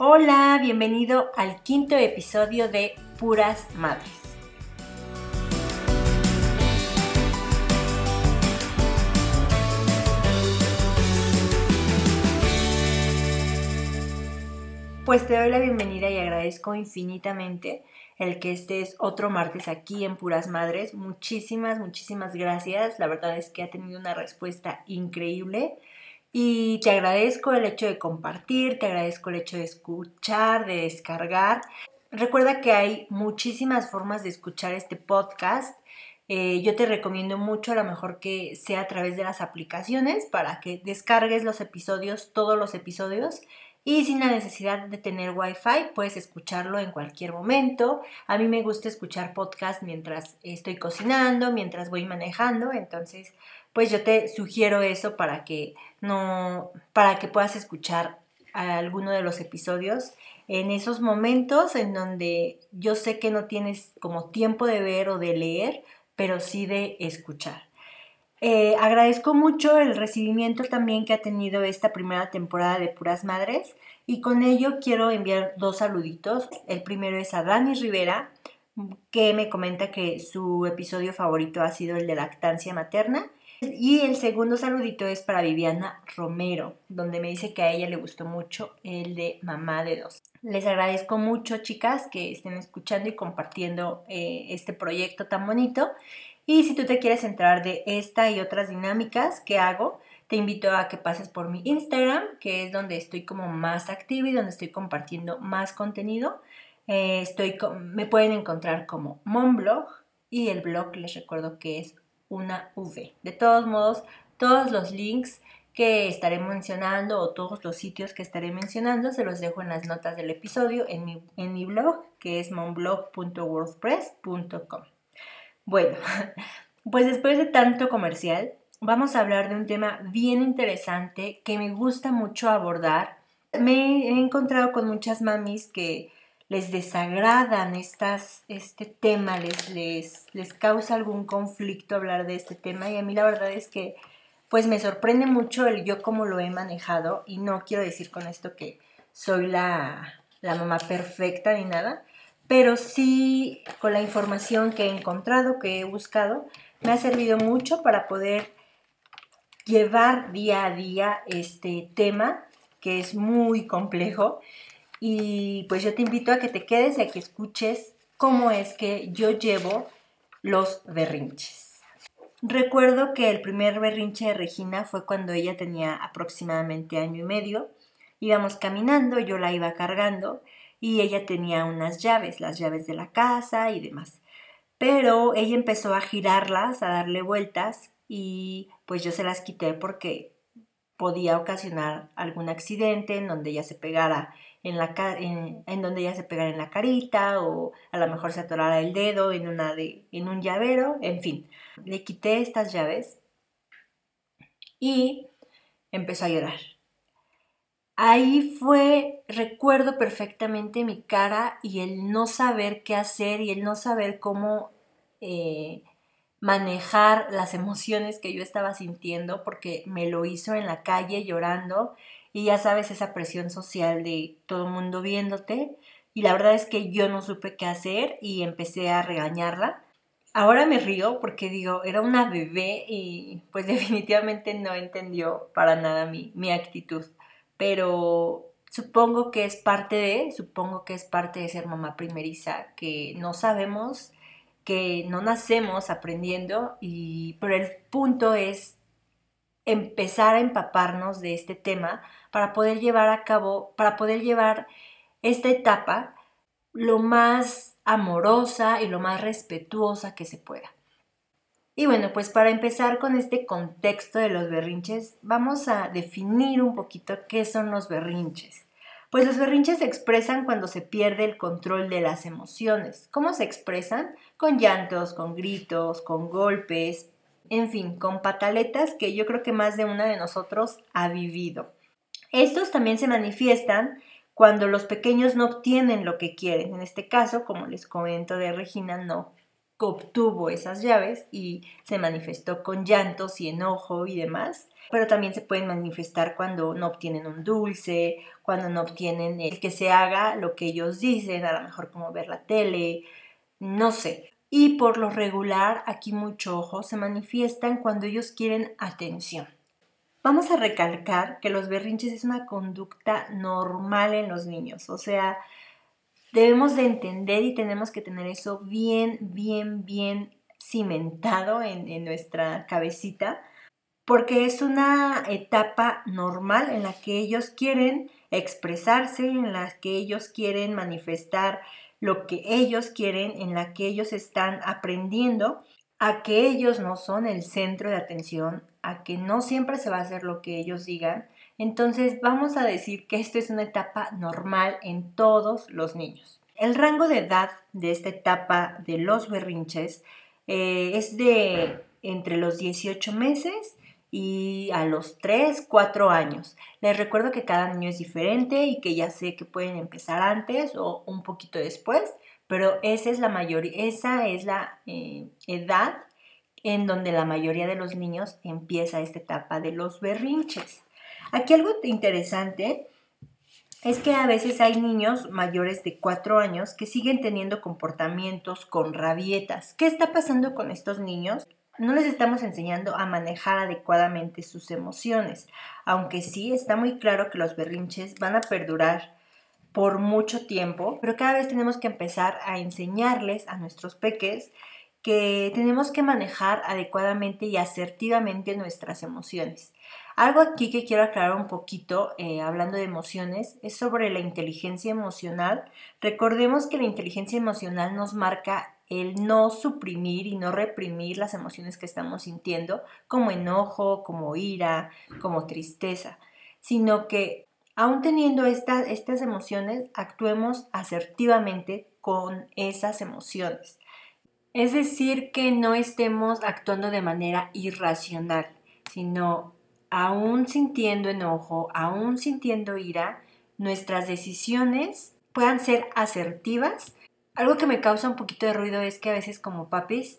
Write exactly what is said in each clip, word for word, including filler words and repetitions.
Hola, bienvenido al quinto episodio de Puras Madres. Pues te doy la bienvenida y agradezco infinitamente el que estés otro martes aquí en Puras Madres. Muchísimas, muchísimas gracias. La verdad es que ha tenido una respuesta increíble. Y te agradezco el hecho de compartir, te agradezco el hecho de escuchar, de descargar. Recuerda que hay muchísimas formas de escuchar este podcast. Eh, yo te recomiendo mucho a lo mejor que sea a través de las aplicaciones para que descargues los episodios, todos los episodios. Y sin la necesidad de tener wifi, puedes escucharlo en cualquier momento. A mí me gusta escuchar podcast mientras estoy cocinando, mientras voy manejando. Entonces, pues yo te sugiero eso para que no, para que puedas escuchar alguno de los episodios en esos momentos en donde yo sé que no tienes como tiempo de ver o de leer, pero sí de escuchar. Eh, agradezco mucho el recibimiento también que ha tenido esta primera temporada de Puras Madres y con ello quiero enviar dos saluditos. El primero es a Dani Rivera, que me comenta que su episodio favorito ha sido el de lactancia materna. Y el segundo saludito es para Viviana Romero, donde me dice que a ella le gustó mucho el de mamá de dos. Les agradezco mucho, chicas, que estén escuchando y compartiendo eh, este proyecto tan bonito. Y si tú te quieres enterar de esta y otras dinámicas que hago, te invito a que pases por mi Instagram, que es donde estoy como más activa y donde estoy compartiendo más contenido. Eh, estoy con, me pueden encontrar como Momblog y el blog les recuerdo que es una V. De todos modos, todos los links que estaré mencionando o todos los sitios que estaré mencionando se los dejo en las notas del episodio en mi, en mi blog, que es momblog punto wordpress punto com. Bueno, pues después de tanto comercial, vamos a hablar de un tema bien interesante que me gusta mucho abordar. Me he encontrado con muchas mamis que les desagradan estas, este tema, les, les, les causa algún conflicto hablar de este tema y a mí la verdad es que pues me sorprende mucho el yo cómo lo he manejado y no quiero decir con esto que soy la, la mamá perfecta ni nada, pero sí con la información que he encontrado, que he buscado, me ha servido mucho para poder llevar día a día este tema que es muy complejo. Y pues yo te invito a que te quedes y a que escuches cómo es que yo llevo los berrinches. Recuerdo que el primer berrinche de Regina fue cuando ella tenía aproximadamente año y medio. Íbamos caminando, yo la iba cargando y ella tenía unas llaves, las llaves de la casa y demás. Pero ella empezó a girarlas, a darle vueltas y pues yo se las quité porque podía ocasionar algún accidente en donde ella se pegara en, la, en, en donde ella se pegara en la carita o a lo mejor se atorara el dedo en, una de, en un llavero, en fin. Le quité estas llaves y empezó a llorar. Ahí fue, recuerdo perfectamente mi cara y el no saber qué hacer y el no saber cómo eh, manejar las emociones que yo estaba sintiendo porque me lo hizo en la calle llorando y ya sabes esa presión social de todo el mundo viéndote y la verdad es que yo no supe qué hacer y empecé a regañarla. Ahora me río porque digo, era una bebé y pues definitivamente no entendió para nada mi, mi actitud, pero supongo que es parte de, supongo que es parte de ser mamá primeriza, que no sabemos, que no nacemos aprendiendo, y, pero el punto es empezar a empaparnos de este tema para poder llevar a cabo, para poder llevar esta etapa lo más amorosa y lo más respetuosa que se pueda. Y bueno, pues para empezar con este contexto de los berrinches, vamos a definir un poquito qué son los berrinches. Pues los berrinches se expresan cuando se pierde el control de las emociones. ¿Cómo se expresan? Con llantos, con gritos, con golpes, en fin, con pataletas que yo creo que más de una de nosotros ha vivido. Estos también se manifiestan cuando los pequeños no obtienen lo que quieren. En este caso, como les comento de Regina, no obtuvo esas llaves y se manifestó con llantos y enojo y demás. Pero también se pueden manifestar cuando no obtienen un dulce, cuando no obtienen el que se haga lo que ellos dicen, a lo mejor como ver la tele, no sé. Y por lo regular, aquí mucho ojo, se manifiestan cuando ellos quieren atención. Vamos a recalcar que los berrinches es una conducta normal en los niños, o sea, debemos de entender y tenemos que tener eso bien, bien, bien cimentado en, en nuestra cabecita, porque es una etapa normal en la que ellos quieren expresarse, en la que ellos quieren manifestar lo que ellos quieren, en la que ellos están aprendiendo a que ellos no son el centro de atención, a que no siempre se va a hacer lo que ellos digan. Entonces vamos a decir que esto es una etapa normal en todos los niños. El rango de edad de esta etapa de los berrinches eh, es de entre los dieciocho meses y a los tres, cuatro años. Les recuerdo que cada niño es diferente y que ya sé que pueden empezar antes o un poquito después, pero esa es la mayoría, esa es la eh, edad en donde la mayoría de los niños empieza esta etapa de los berrinches. Aquí algo interesante es que a veces hay niños mayores de cuatro años que siguen teniendo comportamientos con rabietas. ¿Qué está pasando con estos niños? No les estamos enseñando a manejar adecuadamente sus emociones, aunque sí está muy claro que los berrinches van a perdurar por mucho tiempo, pero cada vez tenemos que empezar a enseñarles a nuestros peques que tenemos que manejar adecuadamente y asertivamente nuestras emociones. Algo aquí que quiero aclarar un poquito, eh, hablando de emociones, es sobre la inteligencia emocional. Recordemos que la inteligencia emocional nos marca el no suprimir y no reprimir las emociones que estamos sintiendo, como enojo, como ira, como tristeza, sino que aún teniendo esta, estas emociones, actuemos asertivamente con esas emociones. Es decir, que no estemos actuando de manera irracional, sino aún sintiendo enojo, aún sintiendo ira, nuestras decisiones puedan ser asertivas. Algo que me causa un poquito de ruido es que a veces como papis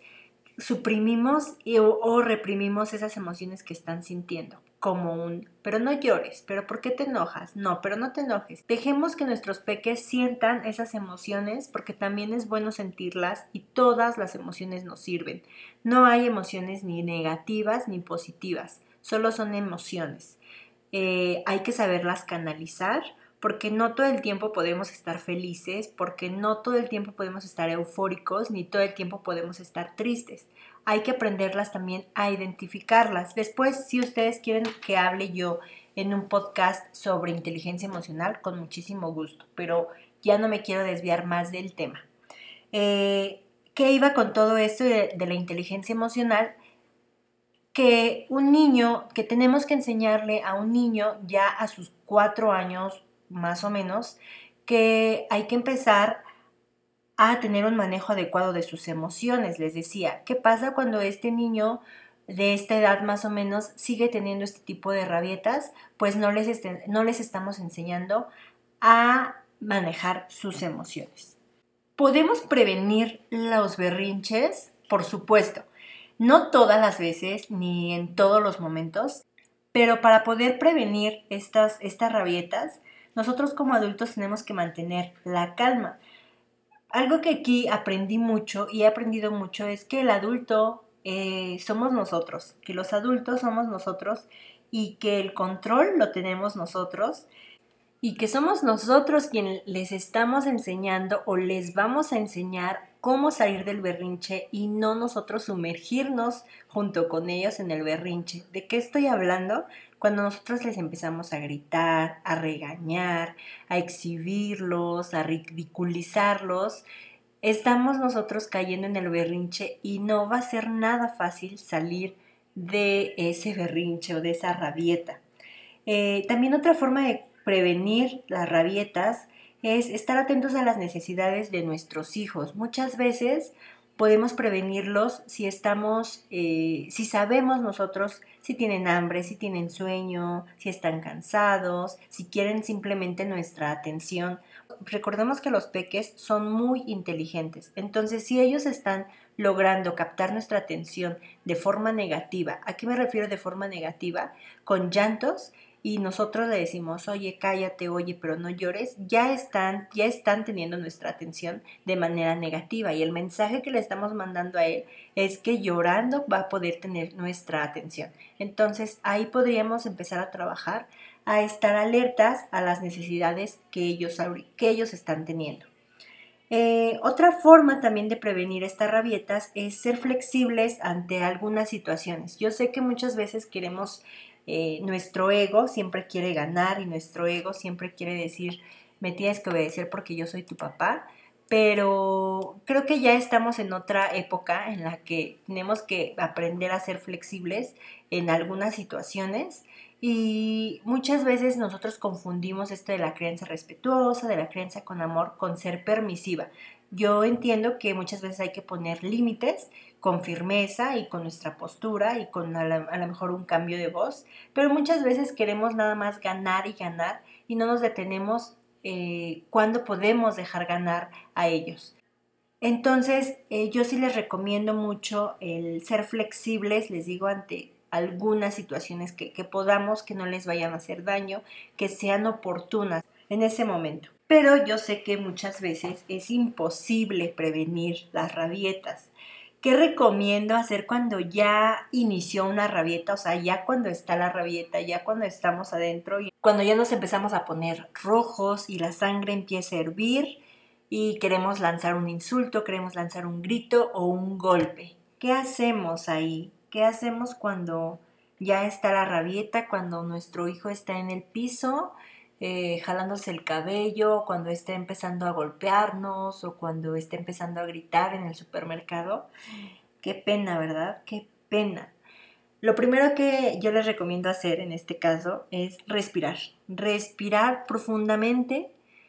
suprimimos y, o, o reprimimos esas emociones que están sintiendo, como un, pero no llores, pero ¿por qué te enojas? No, pero no te enojes. Dejemos que nuestros peques sientan esas emociones porque también es bueno sentirlas y todas las emociones nos sirven. No hay emociones ni negativas ni positivas, solo son emociones. Eh, hay que saberlas canalizar, porque no todo el tiempo podemos estar felices, porque no todo el tiempo podemos estar eufóricos, ni todo el tiempo podemos estar tristes. Hay que aprenderlas también a identificarlas. Después, si ustedes quieren que hable yo en un podcast sobre inteligencia emocional, con muchísimo gusto, pero ya no me quiero desviar más del tema. Eh, ¿Qué iba con todo esto de, de la inteligencia emocional? Que un niño, que tenemos que enseñarle a un niño ya a sus cuatro años, más o menos, que hay que empezar a tener un manejo adecuado de sus emociones. Les decía, ¿qué pasa cuando este niño de esta edad más o menos sigue teniendo este tipo de rabietas? Pues no les, est- no les estamos enseñando a manejar sus emociones. ¿Podemos prevenir los berrinches? Por supuesto, no todas las veces ni en todos los momentos, pero para poder prevenir estas, estas rabietas, nosotros como adultos tenemos que mantener la calma. Algo que aquí aprendí mucho y he aprendido mucho es que el adulto eh, somos nosotros, que los adultos somos nosotros y que el control lo tenemos nosotros y que somos nosotros quienes les estamos enseñando o les vamos a enseñar cómo salir del berrinche y no nosotros sumergirnos junto con ellos en el berrinche. ¿De qué estoy hablando? Cuando nosotros les empezamos a gritar, a regañar, a exhibirlos, a ridiculizarlos, estamos nosotros cayendo en el berrinche y no va a ser nada fácil salir de ese berrinche o de esa rabieta. Eh, también otra forma de prevenir las rabietas es estar atentos a las necesidades de nuestros hijos. Muchas veces podemos prevenirlos si estamos, eh, si sabemos nosotros si tienen hambre, si tienen sueño, si están cansados, si quieren simplemente nuestra atención. Recordemos que los peques son muy inteligentes, entonces si ellos están logrando captar nuestra atención de forma negativa, ¿a qué me refiero de forma negativa? Con llantos, y nosotros le decimos, oye, cállate, oye, pero no llores, ya están, ya están teniendo nuestra atención de manera negativa, y el mensaje que le estamos mandando a él es que llorando va a poder tener nuestra atención. Entonces ahí podríamos empezar a trabajar, a estar alertas a las necesidades que ellos, que ellos están teniendo. Eh, otra forma también de prevenir estas rabietas es ser flexibles ante algunas situaciones. Yo sé que muchas veces queremos, eh, nuestro ego siempre quiere ganar y nuestro ego siempre quiere decir, me tienes que obedecer porque yo soy tu papá, pero creo que ya estamos en otra época en la que tenemos que aprender a ser flexibles en algunas situaciones. Y muchas veces nosotros confundimos esto de la crianza respetuosa, de la crianza con amor, con ser permisiva. Yo entiendo que muchas veces hay que poner límites con firmeza y con nuestra postura y con a, la, a lo mejor un cambio de voz, pero muchas veces queremos nada más ganar y ganar y no nos detenemos eh, cuando podemos dejar ganar a ellos. Entonces, eh, yo sí les recomiendo mucho el ser flexibles, les digo, ante algunas situaciones que, que podamos, que no les vayan a hacer daño, que sean oportunas en ese momento. Pero yo sé que muchas veces es imposible prevenir las rabietas. ¿Qué recomiendo hacer cuando ya inició una rabieta? O sea, ya cuando está la rabieta, ya cuando estamos adentro, y cuando ya nos empezamos a poner rojos y la sangre empieza a hervir y queremos lanzar un insulto, queremos lanzar un grito o un golpe. ¿Qué hacemos ahí? ¿Qué hacemos cuando ya está la rabieta, cuando nuestro hijo está en el piso, eh, jalándose el cabello, cuando está empezando a golpearnos o cuando está empezando a gritar en el supermercado? Qué pena, ¿verdad? Qué pena. Lo primero que yo les recomiendo hacer en este caso es respirar. Respirar profundamente,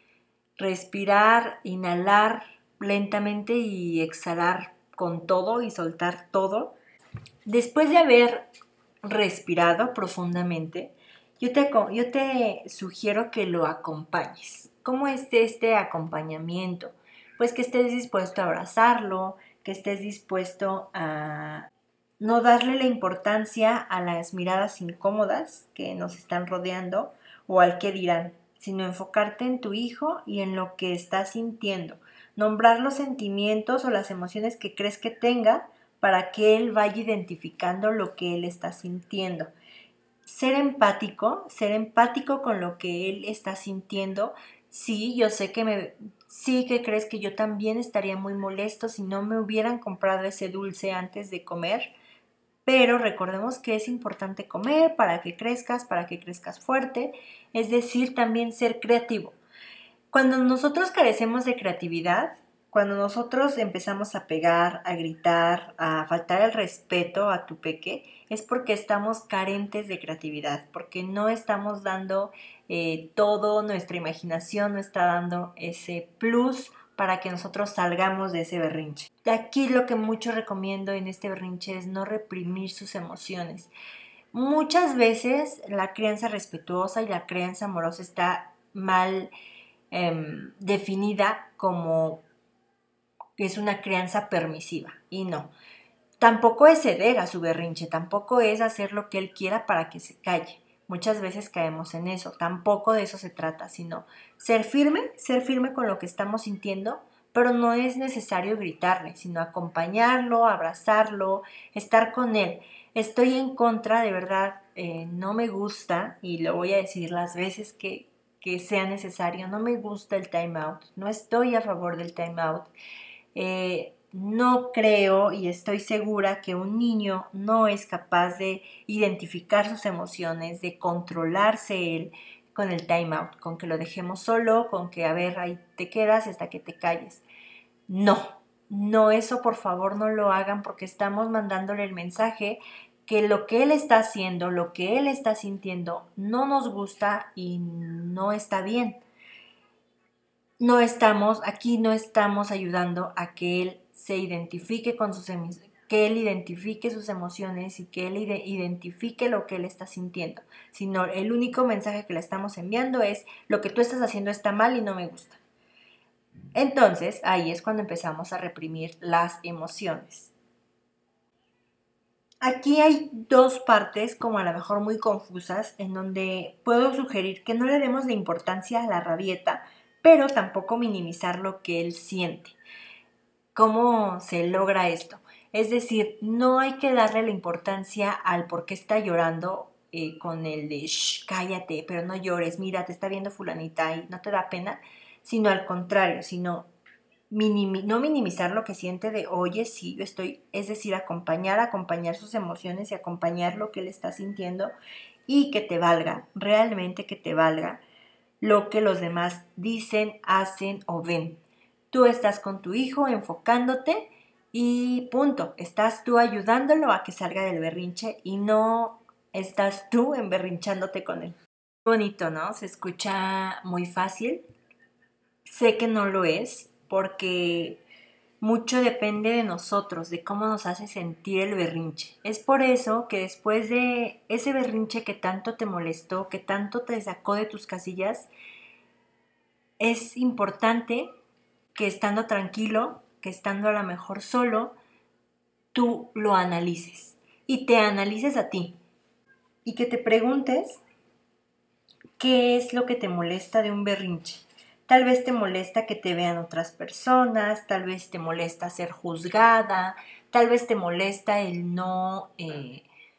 respirar, inhalar lentamente y exhalar con todo y soltar todo. Después de haber respirado profundamente, yo te, yo te sugiero que lo acompañes. ¿Cómo es este acompañamiento? Pues que estés dispuesto a abrazarlo, que estés dispuesto a no darle la importancia a las miradas incómodas que nos están rodeando o al que dirán, sino enfocarte en tu hijo y en lo que está sintiendo. Nombrar los sentimientos o las emociones que crees que tenga para que él vaya identificando lo que él está sintiendo. Ser empático, ser empático con lo que él está sintiendo. Sí, yo sé que me, sí que crees que yo también estaría muy molesto si no me hubieran comprado ese dulce antes de comer, pero recordemos que es importante comer para que crezcas, para que crezcas fuerte, es decir, también ser creativo. Cuando nosotros carecemos de creatividad, cuando nosotros empezamos a pegar, a gritar, a faltar el respeto a tu peque, es porque estamos carentes de creatividad, porque no estamos dando eh, todo, nuestra imaginación no está dando ese plus para que nosotros salgamos de ese berrinche. De aquí lo que mucho recomiendo en este berrinche es no reprimir sus emociones. Muchas veces la crianza respetuosa y la crianza amorosa está mal eh, definida como que es una crianza permisiva, y no. Tampoco es ceder a su berrinche, tampoco es hacer lo que él quiera para que se calle. Muchas veces caemos en eso, tampoco de eso se trata, sino ser firme, ser firme con lo que estamos sintiendo, pero no es necesario gritarle, sino acompañarlo, abrazarlo, estar con él. Estoy en contra, de verdad, eh, no me gusta, y lo voy a decir las veces que, que sea necesario, no me gusta el time out, no estoy a favor del time out. Eh, no creo y estoy segura que un niño no es capaz de identificar sus emociones, de controlarse él con el time out, con que lo dejemos solo, con que a ver, ahí te quedas hasta que te calles. No, no, eso por favor no lo hagan, porque estamos mandándole el mensaje que lo que él está haciendo, lo que él está sintiendo no nos gusta y no está bien. No estamos, aquí no estamos ayudando a que él se identifique con sus emociones, que él identifique sus emociones y que él identifique lo que él está sintiendo, sino el único mensaje que le estamos enviando es: lo que tú estás haciendo está mal y no me gusta. Entonces, ahí es cuando empezamos a reprimir las emociones. Aquí hay dos partes, como a lo mejor muy confusas, en donde puedo sugerir que no le demos la importancia a la rabieta, pero tampoco minimizar lo que él siente. ¿Cómo se logra esto? Es decir, no hay que darle la importancia al por qué está llorando eh, con el de shh, cállate, pero no llores, mira, te está viendo fulanita y no te da pena, sino al contrario, sino minimi- no minimizar lo que siente de oye, sí, yo estoy, es decir, acompañar, acompañar sus emociones y acompañar lo que él está sintiendo y que te valga, realmente que te valga lo que los demás dicen, hacen o ven. Tú estás con tu hijo enfocándote y punto. Estás tú ayudándolo a que salga del berrinche y no estás tú emberrinchándote con él. Bonito, ¿no? Se escucha muy fácil. Sé que no lo es porque mucho depende de nosotros, de cómo nos hace sentir el berrinche. Es por eso que después de ese berrinche que tanto te molestó, que tanto te sacó de tus casillas, es importante que estando tranquilo, que estando a lo mejor solo, tú lo analices y te analices a ti y que te preguntes qué es lo que te molesta de un berrinche. Tal vez te molesta que te vean otras personas, tal vez te molesta ser juzgada, tal vez te molesta el no, eh,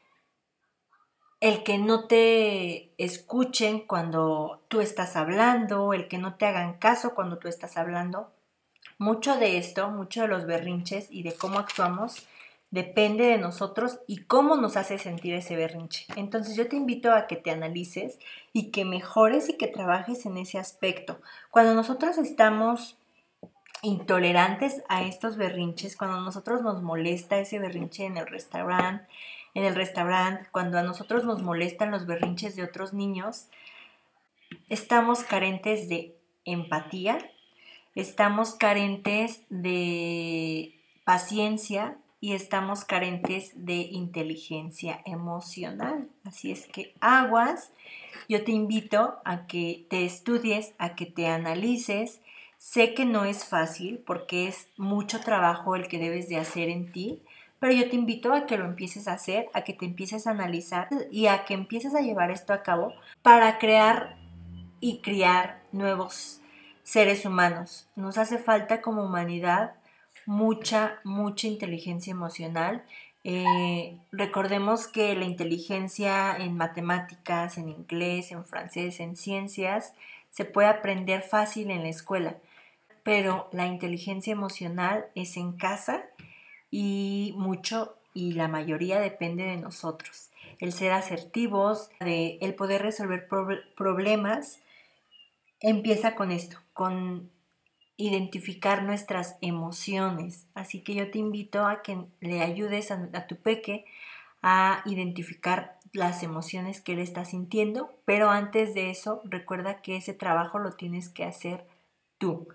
el que no te escuchen cuando tú estás hablando, el que no te hagan caso cuando tú estás hablando. Mucho de esto, mucho de los berrinches y de cómo actuamos depende de nosotros y cómo nos hace sentir ese berrinche. Entonces yo te invito a que te analices y que mejores y que trabajes en ese aspecto. Cuando nosotros estamos intolerantes a estos berrinches, cuando a nosotros nos molesta ese berrinche en el restaurante, en el restaurante, cuando a nosotros nos molestan los berrinches de otros niños, estamos carentes de empatía, estamos carentes de paciencia y estamos carentes de inteligencia emocional. Así es que aguas, yo te invito a que te estudies, a que te analices. Sé que no es fácil porque es mucho trabajo el que debes de hacer en ti, pero yo te invito a que lo empieces a hacer, a que te empieces a analizar y a que empieces a llevar esto a cabo para crear y criar nuevos seres humanos. Nos hace falta como humanidad mucha, mucha inteligencia emocional. Eh, recordemos que la inteligencia en matemáticas, en inglés, en francés, en ciencias, se puede aprender fácil en la escuela, pero la inteligencia emocional es en casa y mucho y la mayoría depende de nosotros. El ser asertivos, de, el poder resolver pro- problemas, empieza con esto, con identificar nuestras emociones. Así que yo te invito a que le ayudes a, a tu peque a identificar las emociones que él está sintiendo, pero antes de eso, recuerda que ese trabajo lo tienes que hacer tú.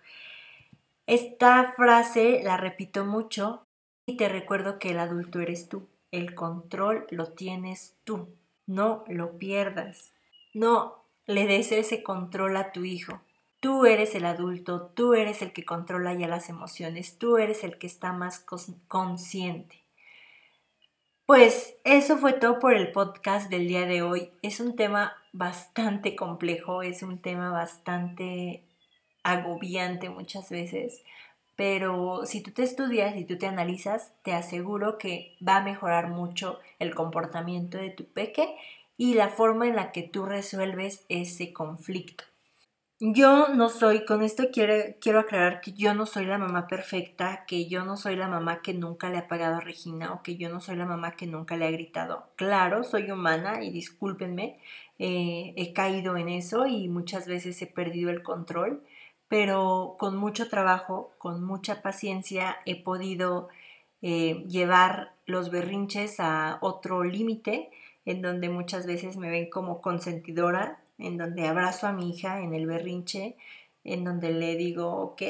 Esta frase la repito mucho y te recuerdo que el adulto eres tú. El control lo tienes tú. No lo pierdas. No le des ese control a tu hijo. Tú eres el adulto, tú eres el que controla ya las emociones, tú eres el que está más consciente. Pues eso fue todo por el podcast del día de hoy. Es un tema bastante complejo, es un tema bastante agobiante muchas veces, pero si tú te estudias y tú te analizas, te aseguro que va a mejorar mucho el comportamiento de tu peque y la forma en la que tú resuelves ese conflicto. Yo no soy, con esto quiero, quiero aclarar que yo no soy la mamá perfecta, que yo no soy la mamá que nunca le ha pegado a Regina o que yo no soy la mamá que nunca le ha gritado. Claro, soy humana y discúlpenme, eh, he caído en eso y muchas veces he perdido el control, pero con mucho trabajo, con mucha paciencia he podido eh, llevar los berrinches a otro límite en donde muchas veces me ven como consentidora, en donde abrazo a mi hija en el berrinche, en donde le digo, ok,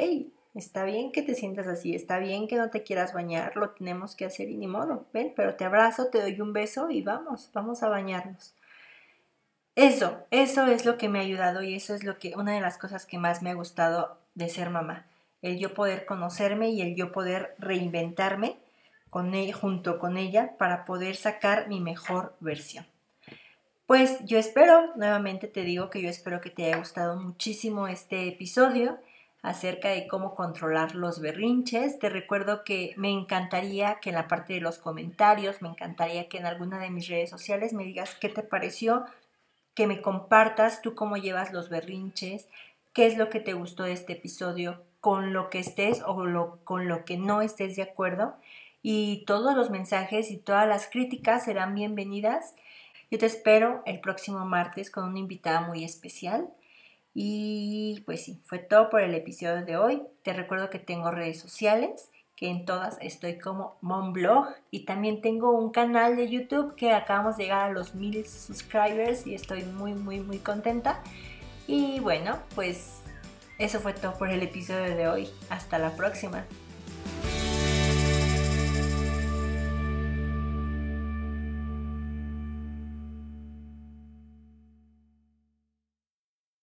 Está bien que te sientas así, está bien que no te quieras bañar, lo tenemos que hacer y ni modo, ven, pero te abrazo, te doy un beso y vamos, vamos a bañarnos. Eso, eso es lo que me ha ayudado y eso es lo que, una de las cosas que más me ha gustado de ser mamá. El yo poder conocerme y el yo poder reinventarme con ella, junto con ella para poder sacar mi mejor versión. Pues yo espero, nuevamente te digo que yo espero que te haya gustado muchísimo este episodio acerca de cómo controlar los berrinches. Te recuerdo que me encantaría que en la parte de los comentarios, me encantaría que en alguna de mis redes sociales me digas qué te pareció, que me compartas tú cómo llevas los berrinches, qué es lo que te gustó de este episodio, con lo que estés o lo, con lo que no estés de acuerdo. Y todos los mensajes y todas las críticas serán bienvenidas. Yo te espero el próximo martes con una invitada muy especial. Y pues sí, fue todo por el episodio de hoy. Te recuerdo que tengo redes sociales, que en todas estoy como Momblog. Y también tengo un canal de YouTube que acabamos de llegar a los mil subscribers y estoy muy, muy, muy contenta. Y bueno, pues eso fue todo por el episodio de hoy. Hasta la próxima.